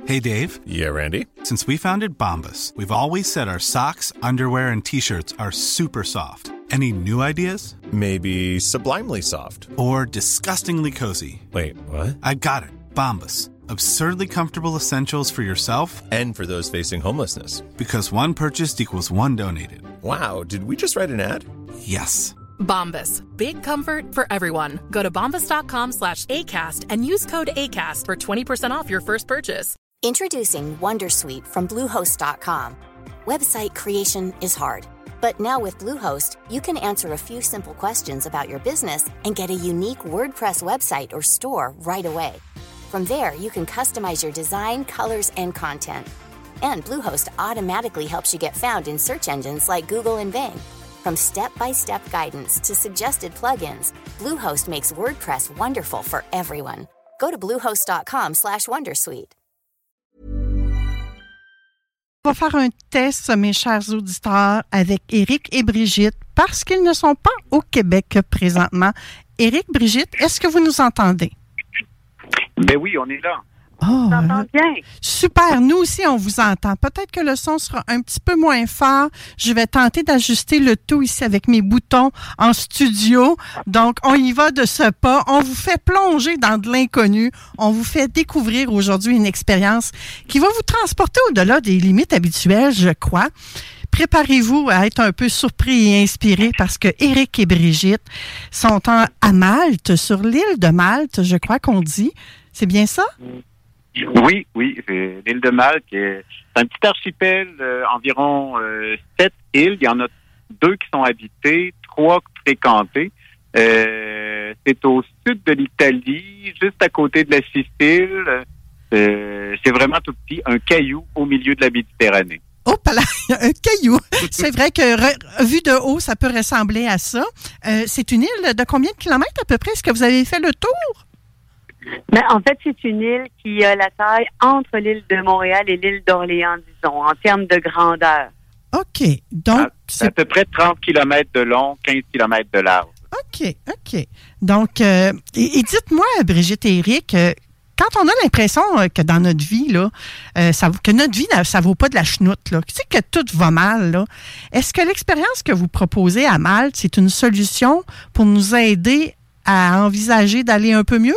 Hey, Dave. Yeah, Randy? Since we founded Bombas, we've always said our socks, underwear, and T-shirts are super soft. Any new ideas? Maybe sublimely soft. Or disgustingly cozy. Wait, what? I got it. Bombas. Absurdly comfortable essentials for yourself and for those facing homelessness. Because one purchased equals one donated. Wow, did we just write an ad? Yes. Bombas. Big comfort for everyone. Go to bombas.com/ACAST and use code ACAST for 20% off your first purchase. Introducing Wondersuite from Bluehost.com. Website creation is hard, but now with Bluehost, you can answer a few simple questions about your business and get a unique WordPress website or store right away. From there, you can customize your design, colors, and content. And Bluehost automatically helps you get found in search engines like Google and Bing. From step-by-step guidance to suggested plugins, Bluehost makes WordPress wonderful for everyone. Go to bluehost.com/wondersuite. On va faire un test, mes chers auditeurs, avec Éric et Brigitte, parce qu'ils ne sont pas au Québec présentement. Éric, Brigitte, est-ce que vous nous entendez? Ben oui, on est là. Oh, on s'entend bien. Super, nous aussi, on vous entend. Peut-être que le son sera un petit peu moins fort. Je vais tenter d'ajuster le tout ici avec mes boutons en studio. Donc, on y va de ce pas. On vous fait plonger dans de l'inconnu. On vous fait découvrir aujourd'hui une expérience qui va vous transporter au-delà des limites habituelles, je crois. Préparez-vous à être un peu surpris et inspiré parce que Éric et Brigitte sont à Malte, sur l'île de Malte, je crois qu'on dit. C'est bien ça? Oui, c'est l'île de Malte. C'est un petit archipel, environ 7 îles. Il y en a 2 qui sont habitées, 3 fréquentées. C'est au sud de l'Italie, juste à côté de la Sicile. C'est vraiment tout petit, un caillou au milieu de la Méditerranée. Oh, là, un caillou. C'est vrai que vu de haut, ça peut ressembler à ça. C'est une île de combien de kilomètres à peu près? Est-ce que vous avez fait le tour? Ben, en fait, c'est une île qui a la taille entre l'île de Montréal et l'île d'Orléans, disons, en termes de grandeur. OK. Donc, c'est à peu près 30 km de long, 15 km de large. OK. Donc, et dites-moi, Brigitte et Éric, quand on a l'impression que dans notre vie, là, que notre vie, ça vaut pas de la chenoute, là, que tout va mal, là, est-ce que l'expérience que vous proposez à Malte, c'est une solution pour nous aider à envisager d'aller un peu mieux?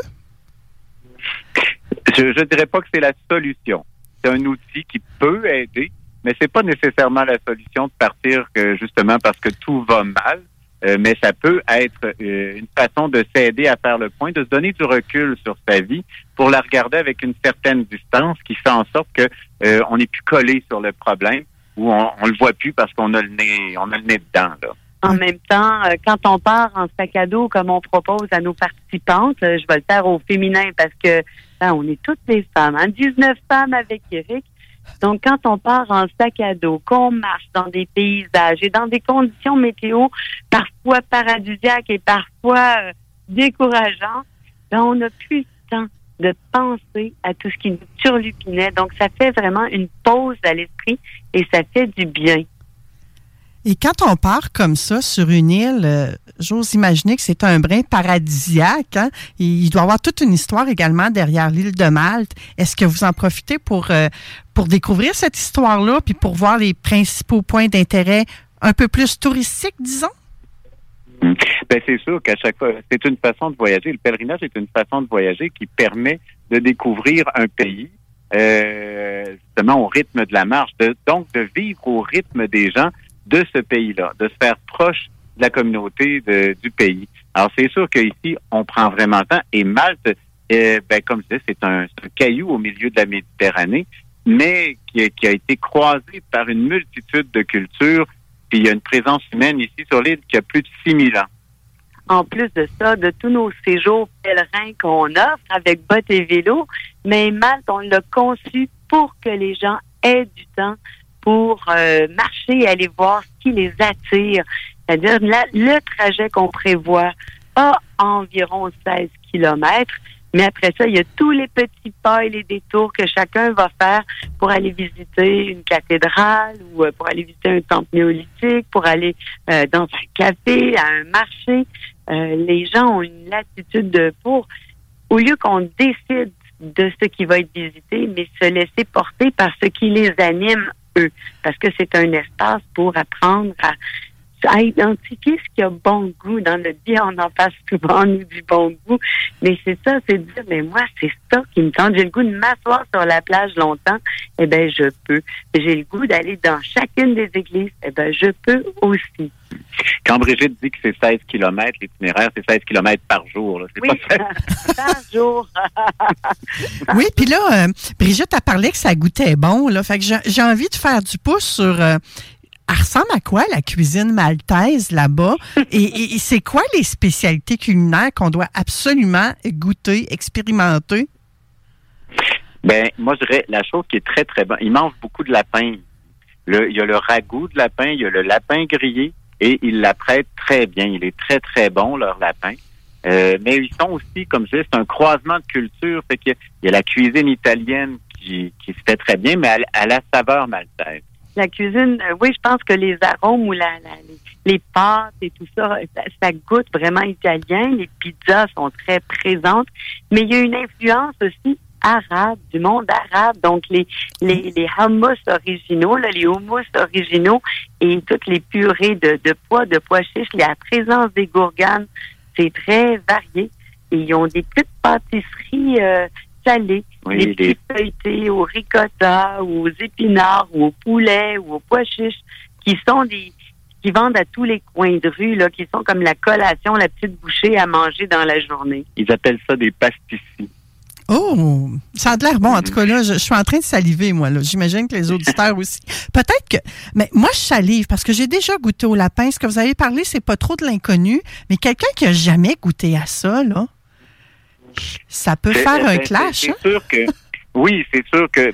Je ne dirais pas que c'est la solution. C'est un outil qui peut aider, mais c'est pas nécessairement la solution de partir justement parce que tout va mal. Mais ça peut être une façon de s'aider à faire le point, de se donner du recul sur sa vie pour la regarder avec une certaine distance qui fait en sorte que on n'est plus collé sur le problème ou on le voit plus parce qu'on a le nez dedans, là. En même temps, quand on part en sac à dos, comme on propose à nos participantes, je vais le faire au féminin parce que on est toutes des femmes, 19 femmes avec Éric. Donc, quand on part en sac à dos, qu'on marche dans des paysages et dans des conditions météo parfois paradisiaques et parfois décourageantes, on n'a plus le temps de penser à tout ce qui nous turlupinait. Donc, ça fait vraiment une pause à l'esprit et ça fait du bien. Et quand on part comme ça sur une île, j'ose imaginer que c'est un brin paradisiaque. Hein? Et il doit y avoir toute une histoire également derrière l'île de Malte. Est-ce que vous en profitez pour découvrir cette histoire-là puis pour voir les principaux points d'intérêt un peu plus touristiques, disons? Ben, c'est sûr qu'à chaque fois, c'est une façon de voyager. Le pèlerinage est une façon de voyager qui permet de découvrir un pays, justement au rythme de la marche, donc de vivre au rythme des gens de ce pays-là, de se faire proche de la communauté du pays. Alors, c'est sûr qu'ici, on prend vraiment le temps. Et Malte, comme je disais, c'est un caillou au milieu de la Méditerranée, mais qui a été croisé par une multitude de cultures. Puis il y a une présence humaine ici sur l'île qui a plus de 6000 ans. En plus de ça, de tous nos séjours pèlerins qu'on offre avec bottes et vélos, mais Malte, on l'a conçu pour que les gens aient du temps pour marcher et aller voir ce qui les attire. C'est-à-dire, le trajet qu'on prévoit a environ 16 kilomètres, mais après ça, il y a tous les petits pas et les détours que chacun va faire pour aller visiter une cathédrale ou pour aller visiter un temple néolithique, pour aller dans un café, à un marché. Les gens ont une latitude au lieu qu'on décide de ce qui va être visité, mais se laisser porter par ce qui les anime, eux. Parce que c'est un espace pour apprendre à identifier ce qui a bon goût. Dans notre vie, on en passe souvent, nous, du bon goût. Mais c'est ça, c'est de dire, mais moi, c'est ça qui me tente. J'ai le goût de m'asseoir sur la plage longtemps. Eh bien, je peux. J'ai le goût d'aller dans chacune des églises. Eh bien, je peux aussi. Quand Brigitte dit que c'est 16 km, l'itinéraire, c'est 16 km par jour. Là. C'est oui, pas par jour. Oui, puis là, Brigitte a parlé que ça goûtait bon. Là, fait que j'ai envie de faire du pouce sur... elle ressemble à quoi, la cuisine maltaise, là-bas? Et c'est quoi les spécialités culinaires qu'on doit absolument goûter, expérimenter? Ben, moi, je dirais la chose qui est très, très bonne. Ils mangent beaucoup de lapin. Il y a le ragoût de lapin, il y a le lapin grillé, et ils l'apprêtent très bien. Il est très, très bon, leur lapin. Mais ils sont aussi, comme je disais, c'est un croisement de culture. Fait qu'il y a la cuisine italienne qui se fait très bien, mais à la saveur maltaise. La cuisine, oui, je pense que les arômes ou les pâtes et tout ça, ça goûte vraiment italien. Les pizzas sont très présentes, mais il y a une influence aussi arabe, du monde arabe. Donc, les hummus originaux, là, les houmous originaux et toutes les purées de pois chiches, la présence des gourganes, c'est très varié. Et ils ont des petites pâtisseries salées, oui, des petits feuilletés au ricotta, ou aux épinards, ou au poulet, ou aux pois chiches, qui vendent à tous les coins de rue, là, qui sont comme la collation, la petite bouchée à manger dans la journée. Ils appellent ça des pasticci. Oh, ça a l'air bon. En tout cas, là, je suis en train de saliver, moi. Là. J'imagine que les auditeurs aussi. Peut-être que... Mais moi, je salive parce que j'ai déjà goûté au lapin. Ce que vous avez parlé, c'est pas trop de l'inconnu. Mais quelqu'un qui a jamais goûté à ça, là, ça peut faire un clash. C'est sûr que... Oui, c'est sûr que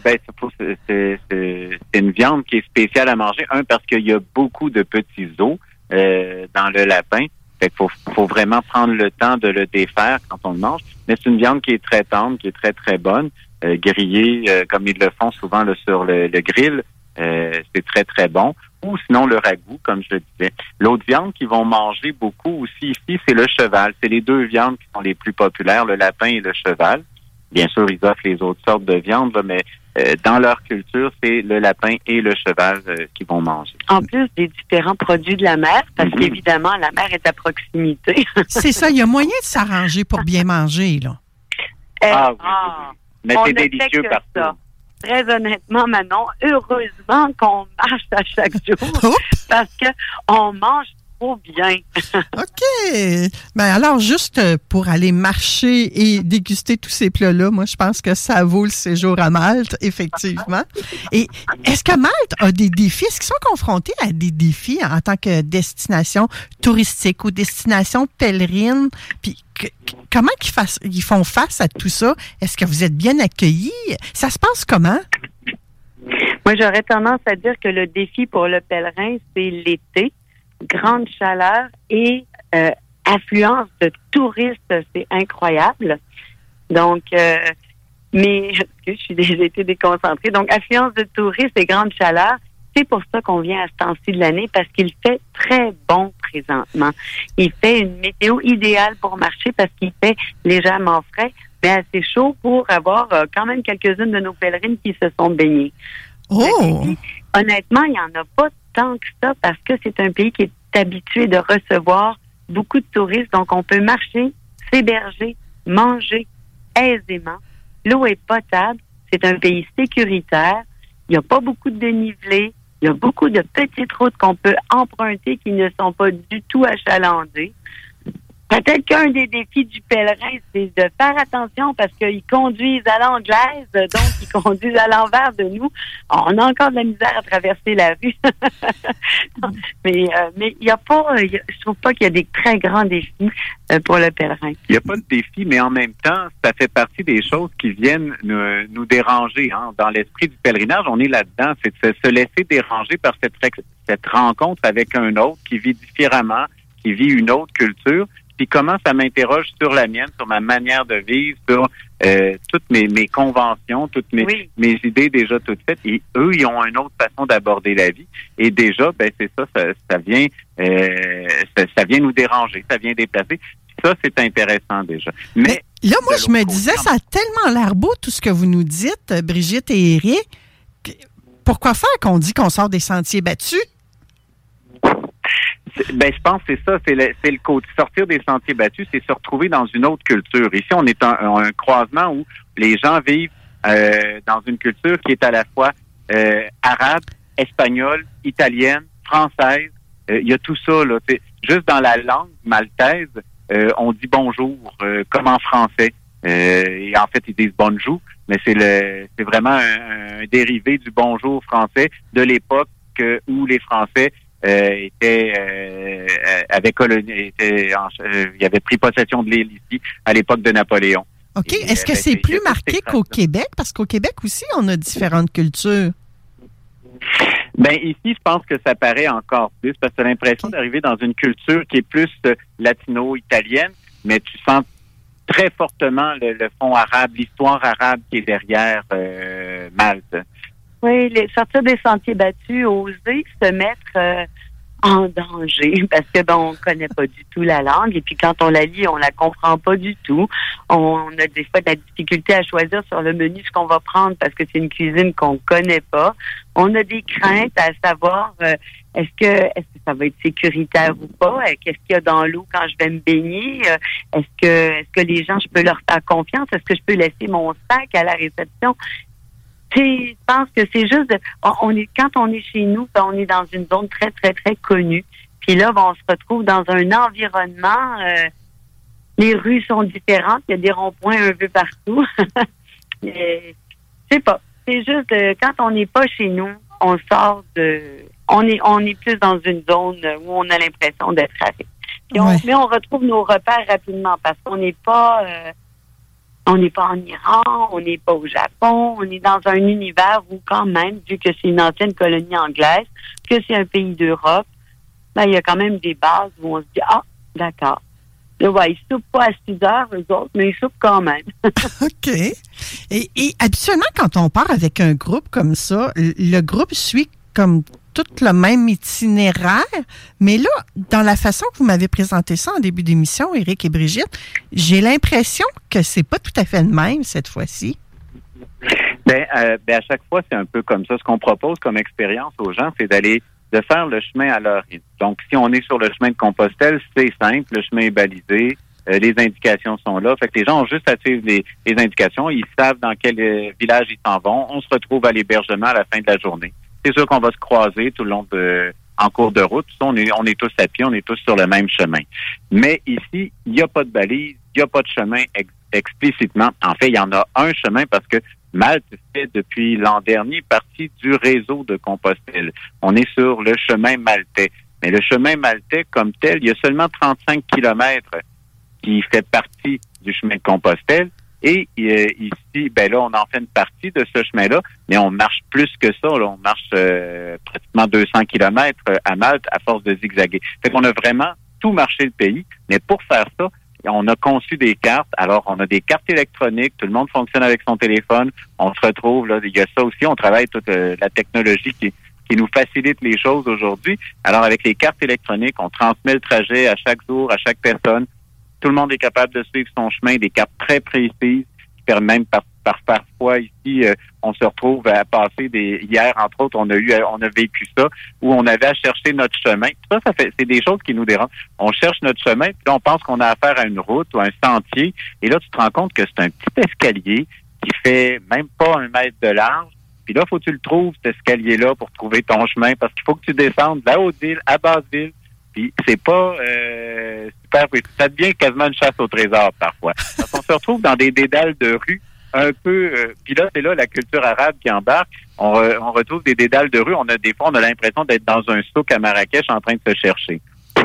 c'est une viande qui est spéciale à manger. Parce qu'il y a beaucoup de petits os dans le lapin. Fait qu'il faut vraiment prendre le temps de le défaire quand on le mange. Mais c'est une viande qui est très tendre, qui est très, très bonne. Grillée, comme ils le font souvent là, sur le grill, c'est très, très bon. Ou sinon le ragoût, comme je le disais. L'autre viande qu'ils vont manger beaucoup aussi ici, c'est le cheval. C'est les deux viandes qui sont les plus populaires, le lapin et le cheval. Bien sûr, ils offrent les autres sortes de viande, là, mais dans leur culture, c'est le lapin et le cheval qu'ils vont manger. En plus des différents produits de la mer, parce qu'évidemment, la mer est à proximité. C'est ça, il y a moyen de s'arranger pour bien manger, là. Oui. Mais c'est délicieux partout. Ça. Très honnêtement, Manon, heureusement qu'on marche à chaque jour, parce qu'on mange trop bien. OK. Ben alors, juste pour aller marcher et déguster tous ces plats-là, moi, je pense que ça vaut le séjour à Malte, effectivement. Et est-ce que Malte a des défis? Est-ce qu'ils sont confrontés à des défis en tant que destination touristique ou destination pèlerine? Puis, comment ils font face à tout ça? Est-ce que vous êtes bien accueillis? Ça se passe comment? Moi, j'aurais tendance à dire que le défi pour le pèlerin, c'est l'été. Grande chaleur et affluence de touristes, c'est incroyable. Donc, mais j'ai été déconcentrée. Donc, affluence de touristes et grande chaleur, c'est pour ça qu'on vient à ce temps-ci de l'année, parce qu'il fait très bon présentement. Il fait une météo idéale pour marcher parce qu'il fait légèrement frais, mais assez chaud pour avoir quand même quelques-unes de nos pèlerines qui se sont baignées. Oh! Honnêtement, il n'y en a pas tant que ça parce que c'est un pays qui est habitué de recevoir beaucoup de touristes. Donc, on peut marcher, s'héberger, manger aisément. L'eau est potable. C'est un pays sécuritaire. Il n'y a pas beaucoup de dénivelé. Il y a beaucoup de petites routes qu'on peut emprunter qui ne sont pas du tout achalandées. Peut-être qu'un des défis du pèlerin, c'est de faire attention parce qu'ils conduisent à l'anglaise, donc ils conduisent à l'envers de nous. On a encore de la misère à traverser la rue. mais il y a pas, je trouve pas qu'il y a des très grands défis pour le pèlerin. Il n'y a pas de défi, mais en même temps, ça fait partie des choses qui viennent nous déranger. Hein. Dans l'esprit du pèlerinage, on est là-dedans. C'est de se laisser déranger par cette rencontre avec un autre qui vit différemment, qui vit une autre culture. Puis comment ça m'interroge sur la mienne, sur ma manière de vivre, sur toutes mes conventions, toutes mes idées déjà toutes faites. Et eux, ils ont une autre façon d'aborder la vie. Et déjà, ben c'est ça vient nous déranger, ça vient déplacer. Ça, c'est intéressant déjà. Mais Là, moi, je me disais, ça a tellement l'air beau, tout ce que vous nous dites, Brigitte et Éric. Pourquoi faire qu'on dit qu'on sort des sentiers battus? Je pense que c'est ça, c'est le côté. Sortir des sentiers battus, c'est se retrouver dans une autre culture. Ici, on est un croisement où les gens vivent dans une culture qui est à la fois arabe, espagnole, italienne, française. Il y a tout ça, là. Juste dans la langue maltaise, on dit bonjour, comme en français. Et en fait, ils disent bonjour, mais c'est vraiment un dérivé du bonjour français de l'époque où les Français ils avaient pris possession de l'île ici à l'époque de Napoléon. OK. Est-ce que c'est plus marqué qu'au Québec? Parce qu'au Québec aussi, on a différentes cultures. Ici, je pense que ça paraît encore plus parce que tu as l'impression d'arriver dans une culture qui est plus latino-italienne, mais tu sens très fortement le fond arabe, l'histoire arabe qui est derrière Malte. Oui, sortir des sentiers battus, oser se mettre en danger parce que on connaît pas du tout la langue et puis quand on la lit, on la comprend pas du tout. On a des fois de la difficulté à choisir sur le menu ce qu'on va prendre parce que c'est une cuisine qu'on connaît pas. On a des craintes à savoir est-ce que ça va être sécuritaire ou pas? Qu'est-ce qu'il y a dans l'eau quand je vais me baigner? Est-ce que les gens, je peux leur faire confiance? Est-ce que je peux laisser mon sac à la réception? Je pense que c'est juste, quand on est chez nous, on est dans une zone très, très, très connue. Puis là, on se retrouve dans un environnement, les rues sont différentes, il y a des ronds-points un peu partout. Je sais pas. C'est juste, quand on n'est pas chez nous, on sort on est plus dans une zone où on a l'impression d'être arrêté. Mais on retrouve nos repères rapidement parce qu'on n'est pas... on n'est pas en Iran, on n'est pas au Japon, on est dans un univers où quand même, vu que c'est une ancienne colonie anglaise, que c'est un pays d'Europe, il y a quand même des bases où on se dit, d'accord. Là, ils soupent pas à 6 heures, eux autres, mais ils soupent quand même. OK. Et habituellement, quand on part avec un groupe comme ça, le groupe suit comme tout le même itinéraire, mais là, dans la façon que vous m'avez présenté ça en début d'émission, Éric et Brigitte, j'ai l'impression que c'est pas tout à fait le même cette fois-ci. À chaque fois, c'est un peu comme ça. Ce qu'on propose comme expérience aux gens, c'est de faire le chemin à leur rythme. Donc, si on est sur le chemin de Compostelle, c'est simple, le chemin est balisé, les indications sont là. Fait que les gens ont juste à suivre les indications, ils savent dans quel village ils s'en vont. On se retrouve à l'hébergement à la fin de la journée. C'est sûr qu'on va se croiser tout le long en cours de route. On est tous à pied, on est tous sur le même chemin. Mais ici, il n'y a pas de balise, il n'y a pas de chemin explicitement. En fait, il y en a un chemin parce que Malte fait depuis l'an dernier partie du réseau de Compostelle. On est sur le chemin maltais. Mais le chemin maltais, comme tel, il y a seulement 35 kilomètres qui fait partie du chemin de Compostelle. Et ici, là, on en fait une partie de ce chemin-là, mais on marche plus que ça. Là. On marche pratiquement 200 kilomètres à Malte à force de zigzaguer. Fait qu'on a vraiment tout marché le pays. Mais pour faire ça, on a conçu des cartes. Alors, on a des cartes électroniques. Tout le monde fonctionne avec son téléphone. On se retrouve, là, il y a ça aussi. On travaille toute la technologie qui nous facilite les choses aujourd'hui. Alors, avec les cartes électroniques, on transmet le trajet à chaque jour, à chaque personne. Tout le monde est capable de suivre son chemin, des cartes très précises qui permettent même parfois ici, on se retrouve à passer hier, entre autres, on a vécu ça, où on avait à chercher notre chemin. C'est des choses qui nous dérangent. On cherche notre chemin, puis là, on pense qu'on a affaire à une route ou à un sentier, et là, tu te rends compte que c'est un petit escalier qui fait même pas 1 mètre de large. Puis là, faut que tu le trouves, cet escalier-là, pour trouver ton chemin, parce qu'il faut que tu descendes de la Haute-Ville à Basse-Ville. Puis c'est pas super... Ça devient quasiment une chasse au trésor parfois. Parce qu'on se retrouve dans des dédales de rue un peu... puis là, c'est là la culture arabe qui embarque. On retrouve des dédales de rue. Des fois, on a l'impression d'être dans un souk à Marrakech en train de se chercher.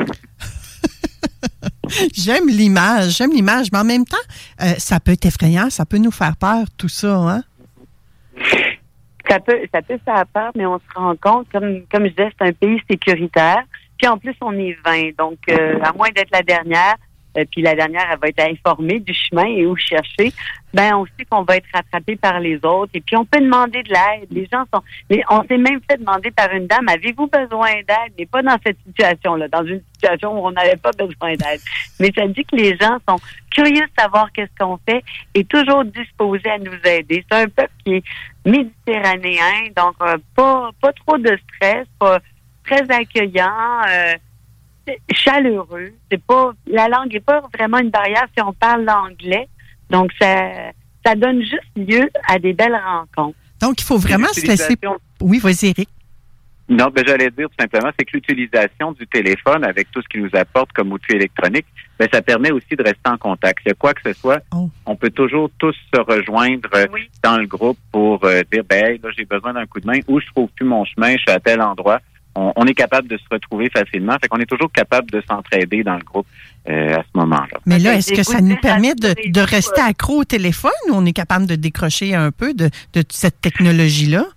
J'aime l'image, mais en même temps, ça peut être effrayant, ça peut nous faire peur, tout ça, hein? Ça peut faire peur, mais on se rend compte, comme je disais, c'est un pays sécuritaire. Puis en plus, on est 20. Donc, à moins d'être la dernière, puis la dernière, elle va être informée du chemin et où chercher, ben on sait qu'on va être rattrapé par les autres. Et puis, on peut demander de l'aide. Les gens sont... On s'est même fait demander par une dame, avez-vous besoin d'aide? Mais pas dans cette situation-là, dans une situation où on n'avait pas besoin d'aide. Mais ça dit que les gens sont curieux de savoir qu'est-ce qu'on fait et toujours disposés à nous aider. C'est un peuple qui est méditerranéen, donc pas trop de stress, pas très accueillant, chaleureux. La langue n'est pas vraiment une barrière si on parle l'anglais. Donc, ça donne juste lieu à des belles rencontres. Donc, il faut vraiment se laisser... Oui, vas-y, Éric. Non, j'allais dire tout simplement, c'est que l'utilisation du téléphone avec tout ce qu'il nous apporte comme outil électronique, ça permet aussi de rester en contact. Il y a quoi que ce soit, on peut toujours tous se rejoindre dans le groupe pour dire, là, j'ai besoin d'un coup de main, ou je trouve plus mon chemin, je suis à tel endroit. On est capable de se retrouver facilement. Fait qu'on est toujours capable de s'entraider dans le groupe à ce moment-là. Mais là, est-ce que ça nous permet de rester accro au téléphone ou on est capable de décrocher un peu de cette technologie-là?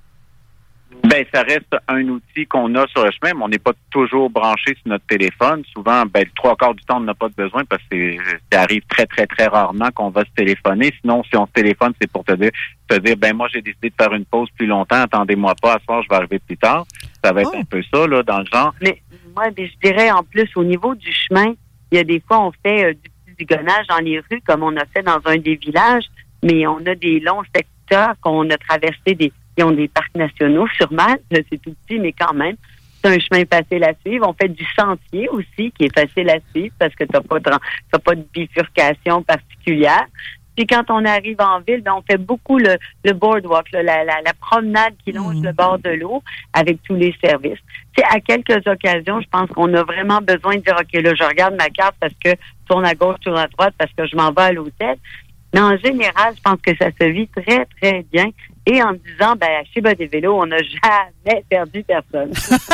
Ça reste un outil qu'on a sur le chemin, mais on n'est pas toujours branché sur notre téléphone. Souvent, le 3/4 du temps, on n'a pas de besoin parce que ça arrive très, très, très rarement qu'on va se téléphoner. Sinon, si on se téléphone, c'est pour te dire, moi, j'ai décidé de faire une pause plus longtemps. Attendez-moi pas, à ce soir, je vais arriver plus tard. Ça va être un peu ça, là, dans le genre. Mais moi, je dirais, en plus, au niveau du chemin, il y a des fois, on fait du petit zigonnage dans les rues, comme on a fait dans un des villages, mais on a des longs secteurs qu'on a traversés qui ont des parcs nationaux sur Malte. C'est tout petit, mais quand même, c'est un chemin facile à suivre. On fait du sentier aussi, qui est facile à suivre parce que t'as pas de bifurcation particulière. Puis quand on arrive en ville, on fait beaucoup le boardwalk, la promenade qui longe le bord de l'eau avec tous les services. À quelques occasions, je pense qu'on a vraiment besoin de dire, OK, là, je regarde ma carte parce que je tourne à gauche, je tourne à droite parce que je m'en vais à l'hôtel. Mais en général, je pense que ça se vit très, très bien. Et en disant, chez Bas des Vélos, on n'a jamais perdu personne.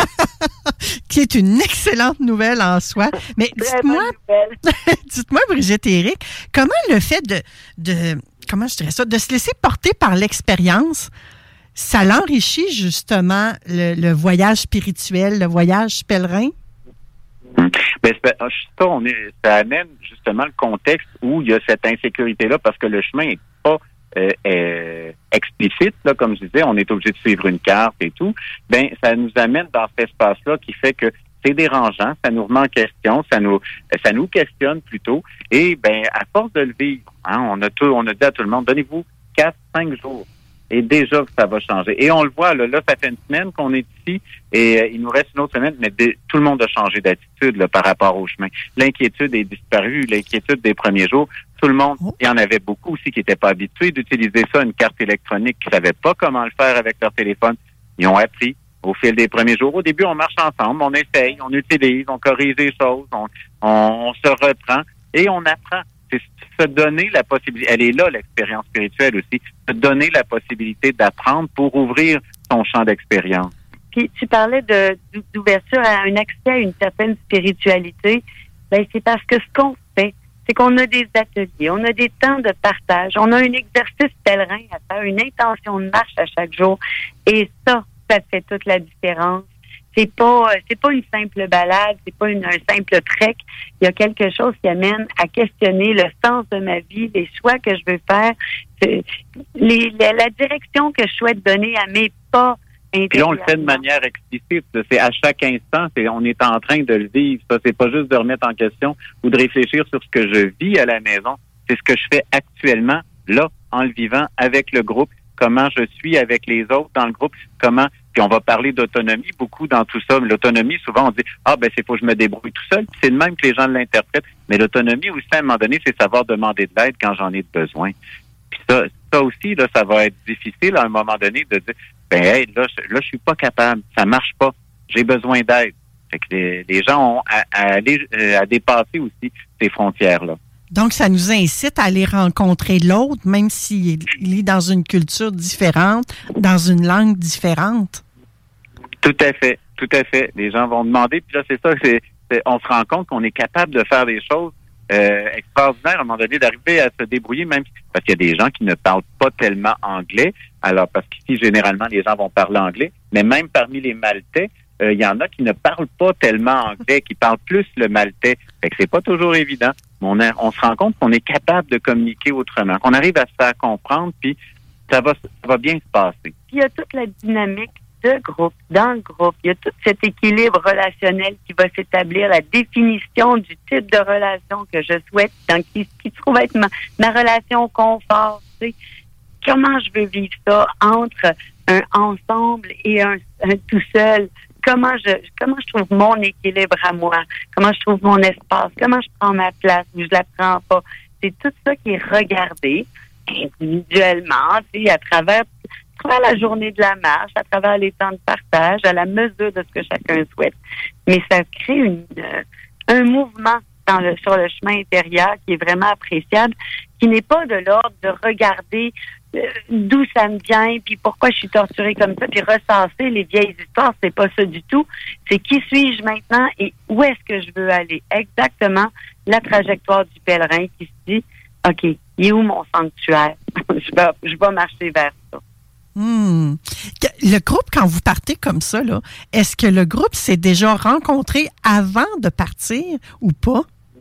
Qui est une excellente nouvelle en soi. Mais dites-moi, Brigitte et Éric, comment le fait comment je dirais ça, de se laisser porter par l'expérience, ça l'enrichit justement le voyage spirituel, le voyage pèlerin? Ça amène justement le contexte où il y a cette insécurité-là parce que le chemin n'est pas explicite, là, comme je disais, on est obligé de suivre une carte et tout. Ça nous amène dans cet espace-là qui fait que c'est dérangeant, ça nous remet en question, ça nous questionne plutôt. Et à force de le vivre, on a dit à tout le monde, donnez-vous 4-5 jours. Et déjà que ça va changer. Et on le voit, là, ça fait une semaine qu'on est ici et il nous reste une autre semaine, mais tout le monde a changé d'attitude là, par rapport au chemin. L'inquiétude est disparue, l'inquiétude des premiers jours. Tout le monde, il y en avait beaucoup aussi qui n'étaient pas habitués d'utiliser ça, une carte électronique, qui ne savaient pas comment le faire avec leur téléphone. Ils ont appris au fil des premiers jours. Au début, on marche ensemble, on essaye, on utilise, on corrige des choses, on se reprend et on apprend. C'est se donner la possibilité, elle est là, l'expérience spirituelle aussi, se donner la possibilité d'apprendre pour ouvrir son champ d'expérience. Puis tu parlais d'ouverture à un accès à une certaine spiritualité. C'est parce que ce qu'on fait, c'est qu'on a des ateliers, on a des temps de partage, on a un exercice pèlerin à faire, une intention de marche à chaque jour. Et ça fait toute la différence. C'est pas une simple balade, c'est pas un simple trek. Il y a quelque chose qui amène à questionner le sens de ma vie, les choix que je veux faire, la direction que je souhaite donner à mes pas intérieurs. Puis là, on le fait de manière explicite. C'est à chaque instant, on est en train de le vivre. Ça, c'est pas juste de remettre en question ou de réfléchir sur ce que je vis à la maison. C'est ce que je fais actuellement, là, en le vivant avec le groupe. Comment je suis avec les autres dans le groupe, puis on va parler d'autonomie beaucoup dans tout ça. Mais l'autonomie, souvent, on dit, c'est faut que je me débrouille tout seul. Puis c'est de même que les gens l'interprètent. Mais l'autonomie aussi, à un moment donné, c'est savoir demander de l'aide quand j'en ai besoin. Puis ça aussi, là, ça va être difficile à un moment donné de dire, là, je suis pas capable. Ça marche pas. J'ai besoin d'aide. Fait que les gens ont à dépasser aussi ces frontières-là. Donc, ça nous incite à aller rencontrer l'autre, même s'il est dans une culture différente, dans une langue différente. Tout à fait, tout à fait. Les gens vont demander, puis là, c'est ça, on se rend compte qu'on est capable de faire des choses extraordinaires à un moment donné, d'arriver à se débrouiller, même parce qu'il y a des gens qui ne parlent pas tellement anglais. Alors, parce qu'ici, généralement, les gens vont parler anglais, mais même parmi les Maltais, il y en a qui ne parlent pas tellement anglais, qui parlent plus le maltais. Fait que c'est pas toujours évident. on se rend compte qu'on est capable de communiquer autrement, qu'on arrive à se faire comprendre, puis ça va bien se passer. Puis il y a toute la dynamique de groupe, dans le groupe. Il y a tout cet équilibre relationnel qui va s'établir, la définition du type de relation que je souhaite, qui trouve être ma relation confort. Tu sais. Comment je veux vivre ça entre un ensemble et un tout seul? Comment je trouve mon équilibre à moi? Comment je trouve mon espace? Comment je prends ma place ou je la prends pas? C'est tout ça qui est regardé individuellement, tu sais, à travers la journée de la marche, à travers les temps de partage, à la mesure de ce que chacun souhaite. Mais ça crée un mouvement sur le chemin intérieur qui est vraiment appréciable, qui n'est pas de l'ordre de regarder d'où ça me vient, puis pourquoi je suis torturée comme ça, puis ressasser les vieilles histoires, c'est pas ça du tout. C'est qui suis-je maintenant et où est-ce que je veux aller? Exactement la trajectoire du pèlerin qui se dit, OK, il est où mon sanctuaire? je vais marcher vers ça. Le groupe, quand vous partez comme ça, là, est-ce que le groupe s'est déjà rencontré avant de partir ou pas?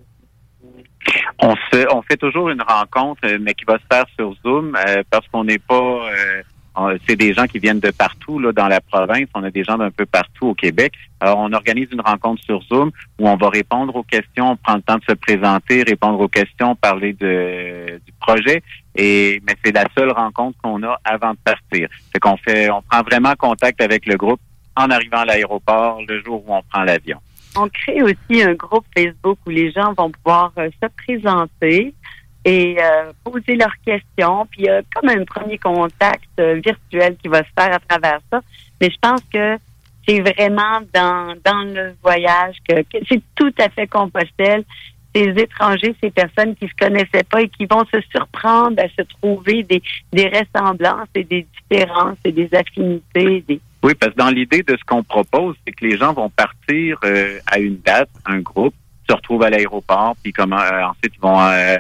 On fait toujours une rencontre, mais qui va se faire sur Zoom, parce qu'on n'est pas... c'est des gens qui viennent de partout là dans la province. On a des gens d'un peu partout au Québec. Alors, on organise une rencontre sur Zoom où on va répondre aux questions, on prend le temps de se présenter, répondre aux questions, parler du projet. Mais c'est la seule rencontre qu'on a avant de partir. C'est on prend vraiment contact avec le groupe en arrivant à l'aéroport le jour où on prend l'avion. On crée aussi un groupe Facebook où les gens vont pouvoir se présenter et poser leurs questions. Puis il y a comme un premier contact virtuel qui va se faire à travers ça. Mais je pense que c'est vraiment dans le voyage que c'est tout à fait Compostelle. Ces étrangers, ces personnes qui se connaissaient pas et qui vont se surprendre à se trouver des ressemblances et des différences et des affinités. Oui, parce que dans l'idée de ce qu'on propose, c'est que les gens vont partir à une date, un groupe, se retrouvent à l'aéroport, puis ensuite ils vont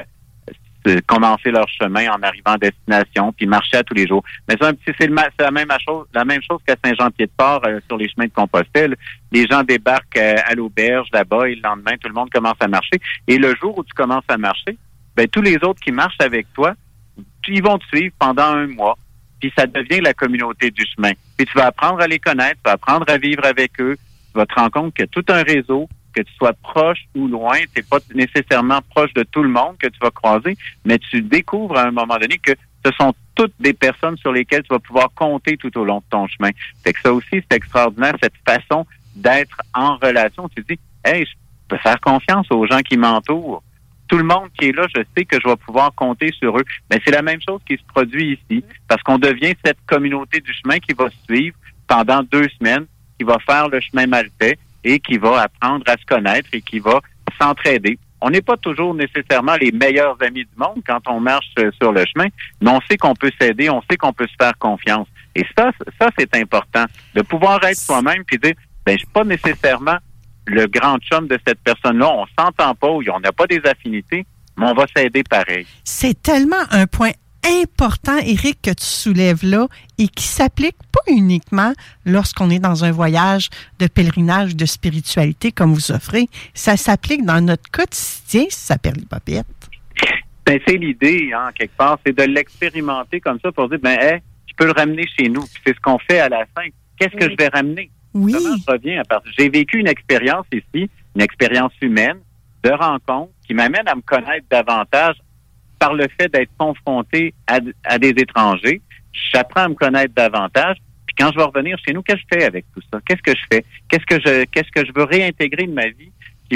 commencer leur chemin en arrivant à destination, puis marcher à tous les jours. Mais c'est la même chose qu'à Saint-Jean-Pied-de-Port sur les chemins de Compostelle. Les gens débarquent à l'auberge là-bas et le lendemain, tout le monde commence à marcher. Et le jour où tu commences à marcher, ben tous les autres qui marchent avec toi, ils vont te suivre pendant un mois. Puis ça devient la communauté du chemin. Puis tu vas apprendre à les connaître, tu vas apprendre à vivre avec eux. Tu vas te rendre compte qu'il y a tout un réseau, que tu sois proche ou loin, tu n'es pas nécessairement proche de tout le monde que tu vas croiser, mais tu découvres à un moment donné que ce sont toutes des personnes sur lesquelles tu vas pouvoir compter tout au long de ton chemin. Fait que ça aussi, c'est extraordinaire, cette façon d'être en relation. Tu te dis, hey, je peux faire confiance aux gens qui m'entourent. Tout le monde qui est là, je sais que je vais pouvoir compter sur eux. Mais c'est la même chose qui se produit ici, parce qu'on devient cette communauté du chemin qui va suivre pendant 2 semaines, qui va faire le chemin maltais et qui va apprendre à se connaître et qui va s'entraider. On n'est pas toujours nécessairement les meilleurs amis du monde quand on marche sur le chemin, mais on sait qu'on peut s'aider, on sait qu'on peut se faire confiance. Et ça c'est important, de pouvoir être soi-même puis dire, je suis pas nécessairement le grand chum de cette personne-là, on s'entend pas, on n'a pas des affinités, mais on va s'aider pareil. C'est tellement un point important, Éric, que tu soulèves là et qui s'applique pas uniquement lorsqu'on est dans un voyage de pèlerinage de spiritualité comme vous offrez. Ça s'applique dans notre quotidien, ça Perlipopette. C'est l'idée, quelque part, c'est de l'expérimenter comme ça pour dire, je peux le ramener chez nous. Puis c'est ce qu'on fait à la fin. Qu'est-ce que je vais ramener? Oui. Comment je reviens à partir? J'ai vécu une expérience ici, une expérience humaine, de rencontre, qui m'amène à me connaître davantage par le fait d'être confronté à des étrangers. J'apprends à me connaître davantage. Puis quand je vais revenir chez nous, qu'est-ce que je fais avec tout ça? Qu'est-ce que je fais? Qu'est-ce que je veux réintégrer de ma vie qui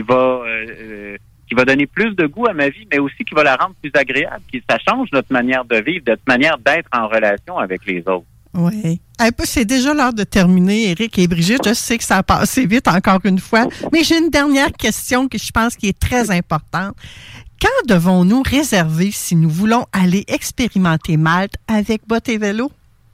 va donner plus de goût à ma vie, mais aussi qui va la rendre plus agréable, ça change notre manière de vivre, notre manière d'être en relation avec les autres. Oui. C'est déjà l'heure de terminer, Éric et Brigitte. Je sais que ça a passé vite encore une fois, mais j'ai une dernière question que je pense qui est très importante. Quand devons-nous réserver si nous voulons aller expérimenter Malte avec bottes et vélo?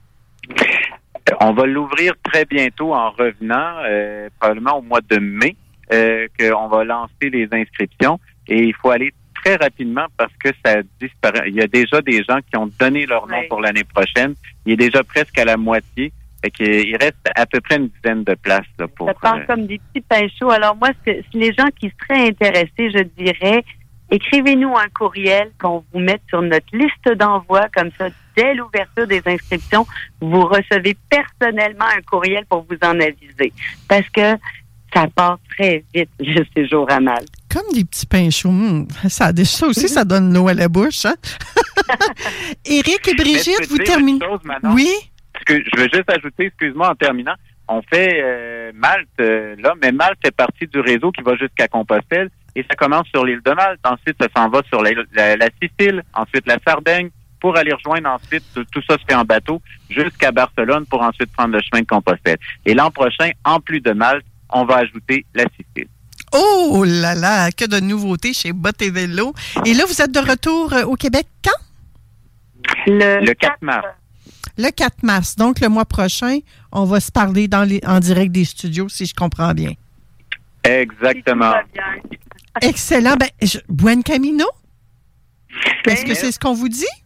On va l'ouvrir très bientôt en revenant, probablement au mois de mai, qu'on va lancer les inscriptions et il faut aller très rapidement parce que ça disparaît. Il y a déjà des gens qui ont donné leur nom pour l'année prochaine. Il est déjà presque à la moitié. Fait qu'il reste à peu près une dizaine de places. Là, pour, ça part comme des petits pains chauds. Alors moi, les gens qui seraient intéressés, je dirais, écrivez-nous un courriel qu'on vous mette sur notre liste d'envoi. Comme ça, dès l'ouverture des inscriptions, vous recevez personnellement un courriel pour vous en aviser. Parce que ça part très vite, le séjour à Malte. Comme des petits pains chauds. Ça aussi, ça donne l'eau à la bouche. Hein? Éric et Brigitte, vous terminez. Oui? Parce que je veux juste ajouter, excuse-moi, en terminant, on fait Malte, là, mais Malte fait partie du réseau qui va jusqu'à Compostelle et ça commence sur l'île de Malte. Ensuite, ça s'en va sur la Sicile, ensuite la Sardaigne, pour aller rejoindre ensuite, tout ça se fait en bateau, jusqu'à Barcelone pour ensuite prendre le chemin de Compostelle. Et l'an prochain, en plus de Malte, on va ajouter la Sicile. Oh là là, que de nouveautés chez Bottes et Vélo. Et là, vous êtes de retour au Québec quand? Le 4 mars. Le 4 mars. Donc, le mois prochain, on va se parler en direct des studios, si je comprends bien. Exactement. Excellent. Buen Camino? Est-ce que c'est ce qu'on vous dit?